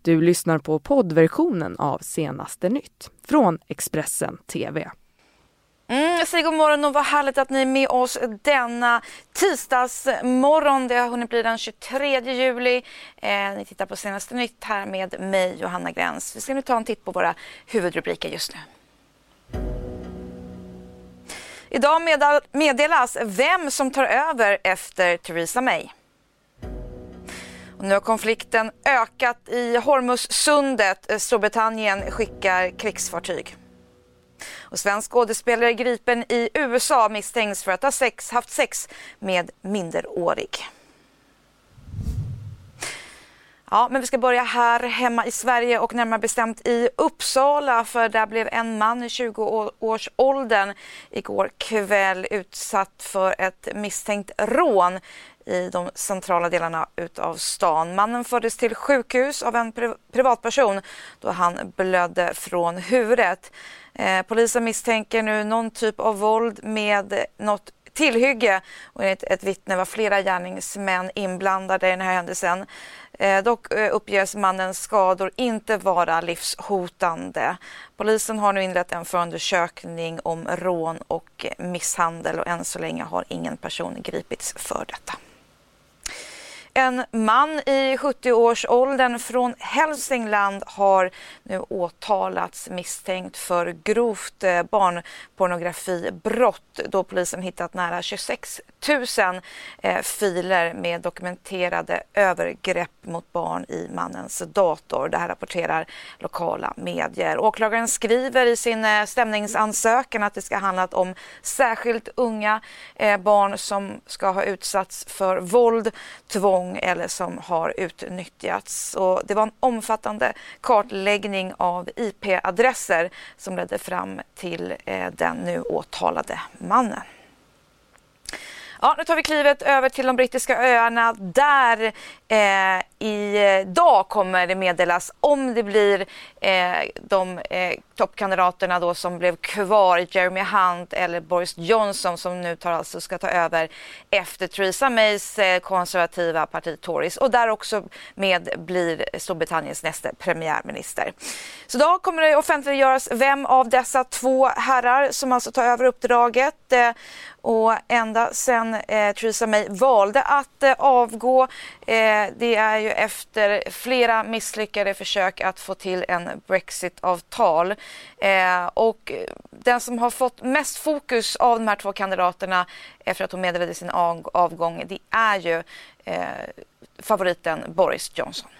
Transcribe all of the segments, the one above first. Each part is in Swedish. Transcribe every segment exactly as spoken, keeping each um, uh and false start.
Du lyssnar på poddversionen av Senaste nytt från Expressen T V. Mm, säg god morgon och vad härligt att ni är med oss denna tisdagsmorgon. Det har hunnit bli den tjugotredje juli. Eh, ni tittar på Senaste nytt här med mig, Johanna Gräns. Vi ska nu ta en titt på våra huvudrubriker just nu. Idag meddelas vem som tar över efter Theresa May. Och nu har konflikten ökat i Hormuzsundet. Storbritannien skickar krigsfartyg. Och svensk skådespelare gripen i U S A misstänks för att ha sex, haft sex med minderårig. Ja, men vi ska börja här hemma i Sverige och närmare bestämt i Uppsala, för där blev en man i tjugo-årsåldern igår kväll utsatt för ett misstänkt rån i de centrala delarna utav stan. Mannen fördes till sjukhus av en priv- privatperson då han blödde från huvudet. Eh, polisen misstänker nu någon typ av våld med något tillhygge, och enligt ett vittne var flera gärningsmän inblandade i den här händelsen. Eh, dock eh, uppges mannens skador inte vara livshotande. Polisen har nu inlett en förundersökning om rån och misshandel, och än så länge har ingen person gripits för detta. En man i sjuttio-årsåldern från Hälsingland har nu åtalats misstänkt för grovt barnpornografibrott, då polisen hittat nära tjugosex tusen filer med dokumenterade övergrepp mot barn i mannens dator. Det här rapporterar lokala medier. Åklagaren skriver i sin stämningsansökan att det ska handla om särskilt unga barn som ska ha utsatts för våld, tvång eller som har utnyttjats. Och det var en omfattande kartläggning av I P-adresser som ledde fram till eh, den nu åtalade mannen. Ja, nu tar vi klivet över till de brittiska öarna där eh, idag kommer det meddelas om det blir eh, de eh, toppkandidaterna då som blev kvar, Jeremy Hunt eller Boris Johnson, som nu tar, alltså ska ta över efter Theresa Mays eh, konservativa parti Tories, och där också med blir Storbritanniens nästa premiärminister. Så då kommer det offentliggöras vem av dessa två herrar som alltså tar över uppdraget. Eh, Och ända sedan eh, Theresa May valde att eh, avgå, eh, det är ju efter flera misslyckade försök att få till en Brexit-avtal. Eh, och den som har fått mest fokus av de här två kandidaterna efter att hon meddelade sin av- avgång, det är ju eh, favoriten Boris Johnson.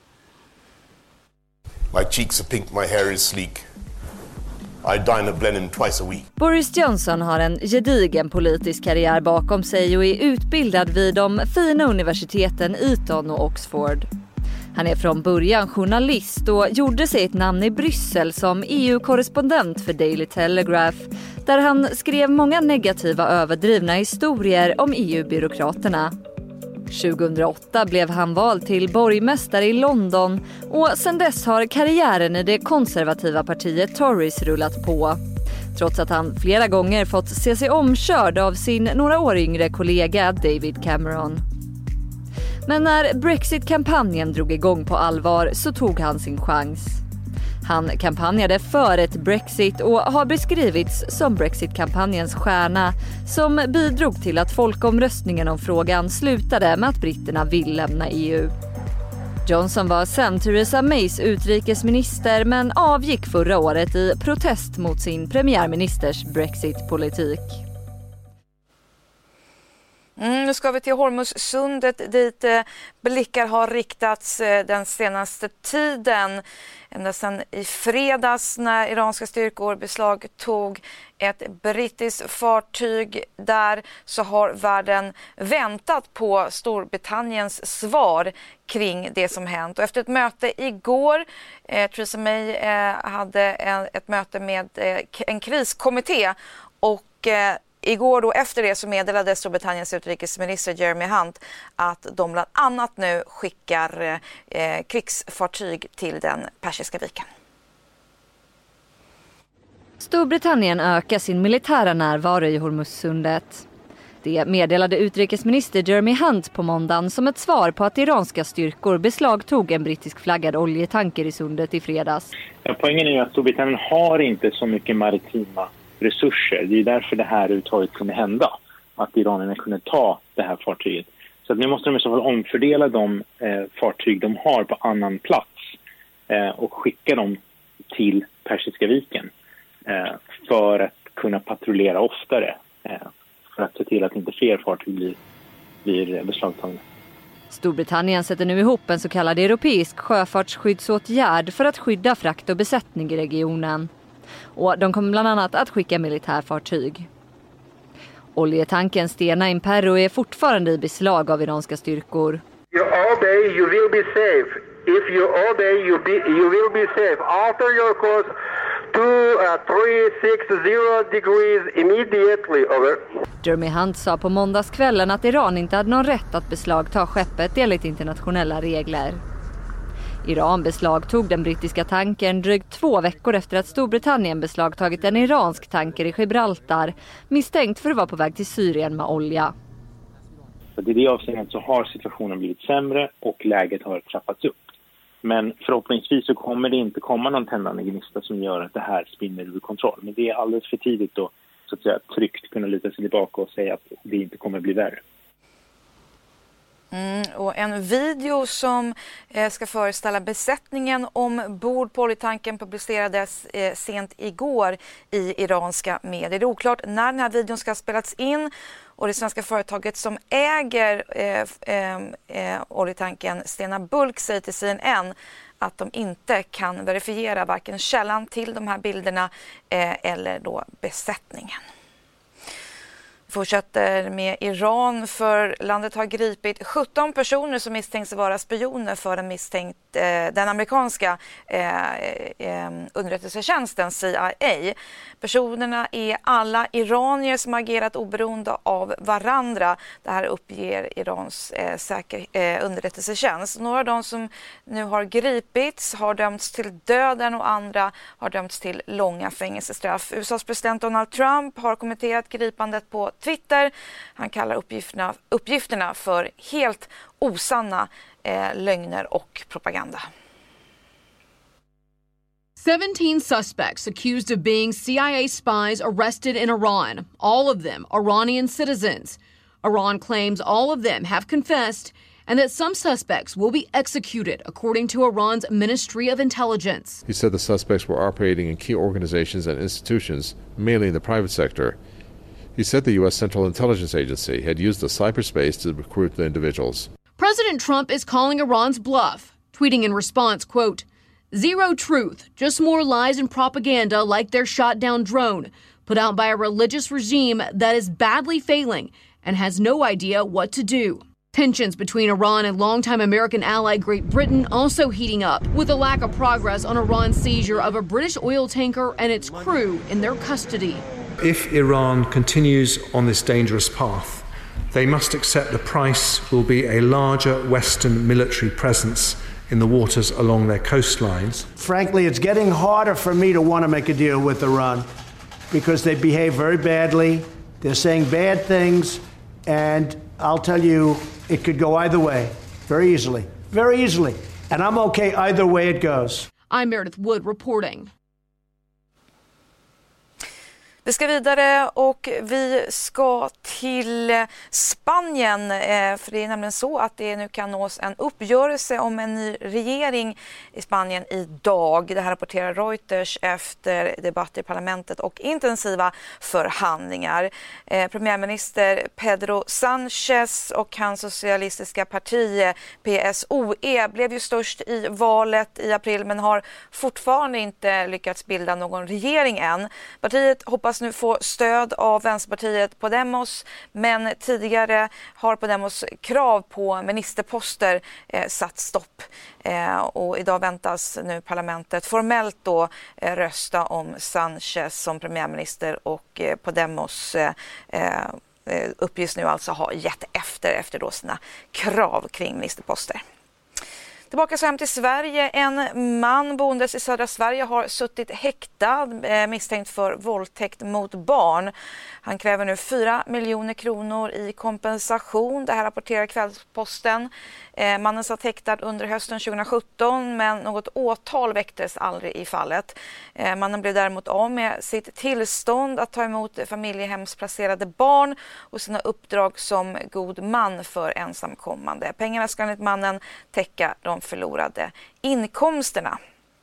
My cheeks are pink, my hair is sleek. I dine at Blenheim twice a week. Boris Johnson har en gedigen politisk karriär bakom sig och är utbildad vid de fina universiteten Eton och Oxford. Han är från början journalist och gjorde sig ett namn i Bryssel som E U-korrespondent för Daily Telegraph, där han skrev många negativa överdrivna historier om E U-byråkraterna. tjugohundraåtta blev han vald till borgmästare i London, och sedan dess har karriären i det konservativa partiet Tories rullat på. Trots att han flera gånger fått se sig omkörd av sin några år yngre kollega David Cameron. Men när Brexit-kampanjen drog igång på allvar så tog han sin chans. Han kampanjade för ett Brexit och har beskrivits som Brexit-kampanjens stjärna, som bidrog till att folkomröstningen om frågan slutade med att britterna vill lämna E U. Johnson var sen Theresa Mays utrikesminister, men avgick förra året i protest mot sin premiärministers Brexit-politik. Mm, nu ska vi till Hormuzsundet dit eh, blickar har riktats eh, den senaste tiden. Ända sedan i fredags när iranska styrkor beslagtog ett brittiskt fartyg där, så har världen väntat på Storbritanniens svar kring det som hänt. Och efter ett möte igår, eh, Theresa May eh, hade en, ett möte med eh, en kriskommitté, och eh, igår då efter det så meddelade Storbritanniens utrikesminister Jeremy Hunt att de bland annat nu skickar eh, krigsfartyg till den Persiska viken. Storbritannien ökar sin militära närvaro i Hormuzsundet. Det meddelade utrikesminister Jeremy Hunt på måndagen som ett svar på att iranska styrkor beslagtog en brittisk flaggad oljetanker i sundet i fredags. Ja, poängen är ju att Storbritannien har inte så mycket maritima resurser. Det är därför det här uttaget kunde hända. Att iranierna kunde ta det här fartyget. Så att nu måste de i så fall omfördela de eh, fartyg de har på annan plats. Eh, och skicka dem till Persiska viken. Eh, för att kunna patrullera oftare. Eh, för att se till att inte fler fartyg blir, blir beslagtagna. Storbritannien sätter nu ihop en så kallad europeisk sjöfartsskyddsåtgärd för att skydda frakt och besättning i regionen. Och de kommer bland annat att skicka militärfartyg. Oljetanken Stena Impero är fortfarande i beslag av iranska styrkor. You obey, you will be safe. If you obey, you, be, you will be safe. Alter your course to uh, three six zero degrees immediately. Over. Jeremy Hunt sa på måndagskvällen att Iran inte hade någon rätt att beslagta skeppet enligt internationella regler. Iran beslagtog den brittiska tankern drygt två veckor efter att Storbritannien beslagtagit en iransk tanker i Gibraltar, misstänkt för att vara på väg till Syrien med olja. Så i det avseendet så har situationen blivit sämre och läget har trappats upp. Men förhoppningsvis så kommer det inte komma någon tändande gnista som gör att det här spinner ur kontroll. Men det är alldeles för tidigt att, så att säga, tryggt kunna luta sig tillbaka och säga att det inte kommer bli värre. Mm, och en video som eh, ska föreställa besättningen ombord på oljetanken publicerades eh, sent igår i iranska medier. Det är oklart när den här videon ska spelats in, och det svenska företaget som äger eh, eh, eh, oljetanken Stena Bulk säger till C N N att de inte kan verifiera varken källan till de här bilderna eh, eller då besättningen. Fortsätter med Iran, för landet har gripit sjutton personer som misstänks vara spioner för den, misstänkt, eh, den amerikanska eh, eh, underrättelsetjänsten C I A. Personerna är alla iranier som agerat oberoende av varandra. Det här uppger Irans eh, säker, eh, underrättelsetjänst. Några av de som nu har gripits har dömts till döden och andra har dömts till långa fängelsestraff. U S A:s president Donald Trump har kommenterat gripandet på Twitter. Han kallar uppgifterna, uppgifterna för helt osanna eh, lögner och propaganda. seventeen suspects accused of being C I A spies arrested in Iran, all of them Iranian citizens. Iran claims all of them have confessed and that some suspects will be executed, according to Iran's Ministry of Intelligence. He said the suspects were operating in key organizations and institutions, mainly in the private sector. He said the U S Central Intelligence Agency had used the cyberspace to recruit the individuals. President Trump is calling Iran's bluff, tweeting in response, quote, "Zero truth, just more lies and propaganda like their shot-down drone, put out by a religious regime that is badly failing and has no idea what to do." Tensions between Iran and longtime American ally Great Britain also heating up, with a lack of progress on Iran's seizure of a British oil tanker and its crew in their custody. If Iran continues on this dangerous path, they must accept the price will be a larger Western military presence in the waters along their coastlines. Frankly, it's getting harder for me to want to make a deal with Iran because they behave very badly. They're saying bad things, and I'll tell you, it could go either way, very easily, very easily. And I'm okay either way it goes. I'm Meredith Wood reporting. Vi ska vidare och vi ska till Spanien, för det är nämligen så att det nu kan nås en uppgörelse om en ny regering i Spanien idag. Det här rapporterar Reuters efter debatt i parlamentet och intensiva förhandlingar. Premiärminister Pedro Sánchez och hans socialistiska parti P S O E blev ju störst i valet i april, men har fortfarande inte lyckats bilda någon regering än. Partiet hoppas nu få stöd av Vänsterpartiet Podemos, men tidigare har Podemos krav på ministerposter eh, satt stopp. Eh, och idag väntas nu parlamentet formellt då eh, rösta om Sánchez som premiärminister, och eh, Podemos eh, eh, uppges nu alltså ha gett efter efter då sina krav kring ministerposter. Tillbaka så hem till Sverige. En man boendes i södra Sverige har suttit häktad eh, misstänkt för våldtäkt mot barn. Han kräver nu fyra miljoner kronor i kompensation. Det här rapporterar Kvällsposten. Eh, mannen satt häktad under hösten tjugohundrasjutton, men något åtal väcktes aldrig i fallet. Eh, mannen blev däremot av med sitt tillstånd att ta emot familjehemsplacerade barn och sina uppdrag som god man för ensamkommande. Pengarna ska enligt mannen täcka de förlorade inkomsterna.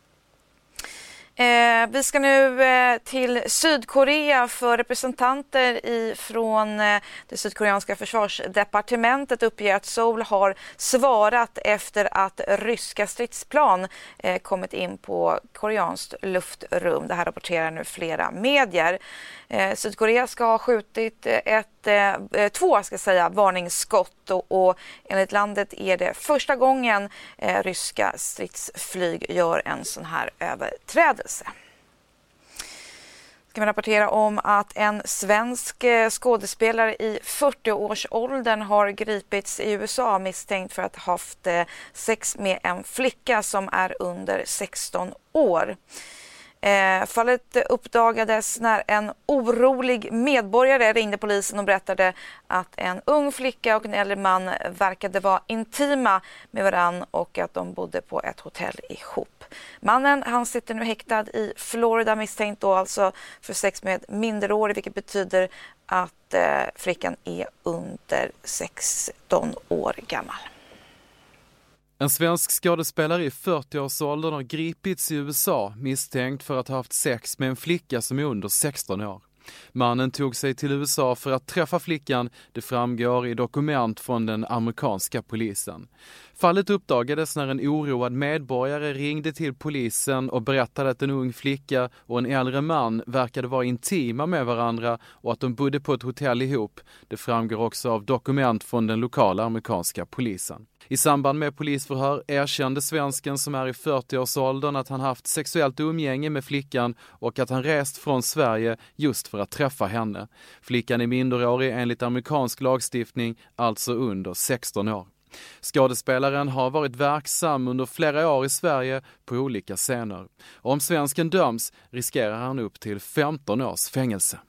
Eh, vi ska nu eh, till Sydkorea, för representanter i, från eh, det sydkoreanska försvarsdepartementet uppger att Seoul har svarat efter att ryska stridsplan eh, kommit in på koreanskt luftrum. Det här rapporterar nu flera medier. Eh, Sydkorea ska ha skjutit ett, eh, två ska säga, varningsskott och, och enligt landet är det första gången eh, ryska stridsflyg gör en sån här överträdelse. Ska vi rapportera om att en svensk skådespelare i fyrtio-årsåldern har gripits i U S A misstänkt för att ha haft sex med en flicka som är under sexton år. Eh, fallet uppdagades när en orolig medborgare ringde polisen och berättade att en ung flicka och en äldre man verkade vara intima med varann och att de bodde på ett hotell ihop. Mannen, han sitter nu häktad i Florida misstänkt då alltså för sex med minderårig, vilket betyder att eh, flickan är under sexton år gammal. En svensk skådespelare i fyrtio-årsåldern har gripits i U S A misstänkt för att ha haft sex med en flicka som är under sexton år. Mannen tog sig till U S A för att träffa flickan, det framgår i dokument från den amerikanska polisen. Fallet uppdagades när en oroad medborgare ringde till polisen och berättade att en ung flicka och en äldre man verkade vara intima med varandra och att de bodde på ett hotell ihop. Det framgår också av dokument från den lokala amerikanska polisen. I samband med polisförhör erkände svensken som är i fyrtio-årsåldern att han haft sexuellt umgänge med flickan och att han rest från Sverige just för att träffa henne. Flickan är minderårig enligt amerikansk lagstiftning, alltså under sexton år. Skådespelaren har varit verksam under flera år i Sverige på olika scener. Om svensken döms riskerar han upp till femton års fängelse.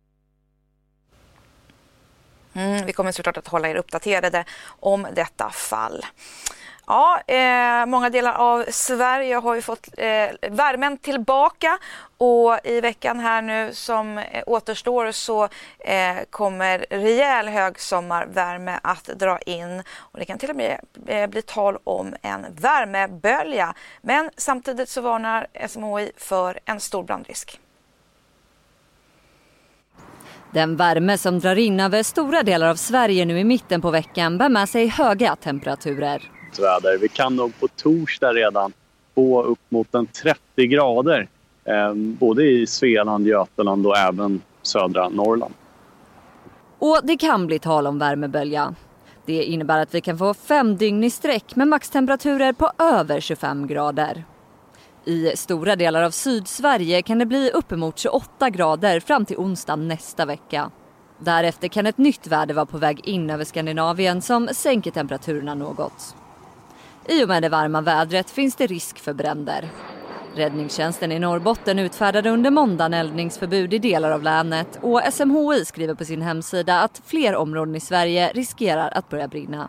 Mm, vi kommer såklart att hålla er uppdaterade om detta fall. Ja, eh, många delar av Sverige har ju fått eh, värmen tillbaka och i veckan här nu som eh, återstår så eh, kommer rejäl högsommarvärme att dra in och det kan till och med eh, bli tal om en värmebölja. Men samtidigt så varnar S M H I för en stor brandrisk. Den värme som drar in över stora delar av Sverige nu i mitten på veckan bär med sig höga temperaturer. Väder. Vi kan nog på torsdag redan få upp mot en trettio grader. Eh, både i Svealand, Götaland och även södra Norrland. Och det kan bli tal om värmebölja. Det innebär att vi kan få fem dygn i sträck med maxtemperaturer på över tjugofem grader. I stora delar av Sydsverige kan det bli uppemot tjugoåtta grader fram till onsdag nästa vecka. Därefter kan ett nytt väder vara på väg in över Skandinavien som sänker temperaturerna något. I och med det varma vädret finns det risk för bränder. Räddningstjänsten i Norrbotten utfärdade under måndagen eldningsförbud i delar av länet och S M H I skriver på sin hemsida att fler områden i Sverige riskerar att börja brinna.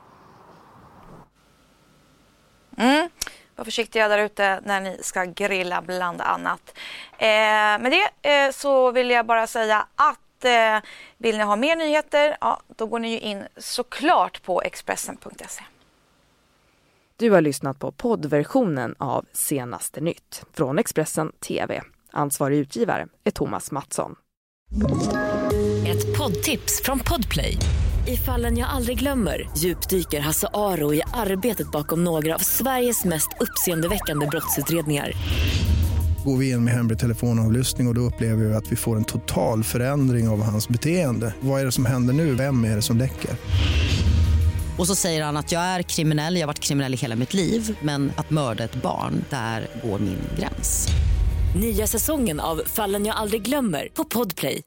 Mm. Var försiktiga där ute när ni ska grilla bland annat. Eh, med det eh, så vill jag bara säga att eh, vill ni ha mer nyheter, ja, då går ni ju in såklart på Expressen punkt se. Du har lyssnat på poddversionen av Senaste nytt från Expressen T V. Ansvarig utgivare är Thomas Mattsson. Ett poddtips från Podplay. I Fallen jag aldrig glömmer djupdyker Hasse Aro i arbetet bakom några av Sveriges mest uppseendeväckande brottsutredningar. Går vi in med hemlig telefonavlyssning och då upplever vi att vi får en total förändring av hans beteende. Vad är det som händer nu? Vem är det som läcker? Och så säger han att jag är kriminell, jag har varit kriminell i hela mitt liv. Men att mörda ett barn, där går min gräns. Nya säsongen av Fallen jag aldrig glömmer på Podplay.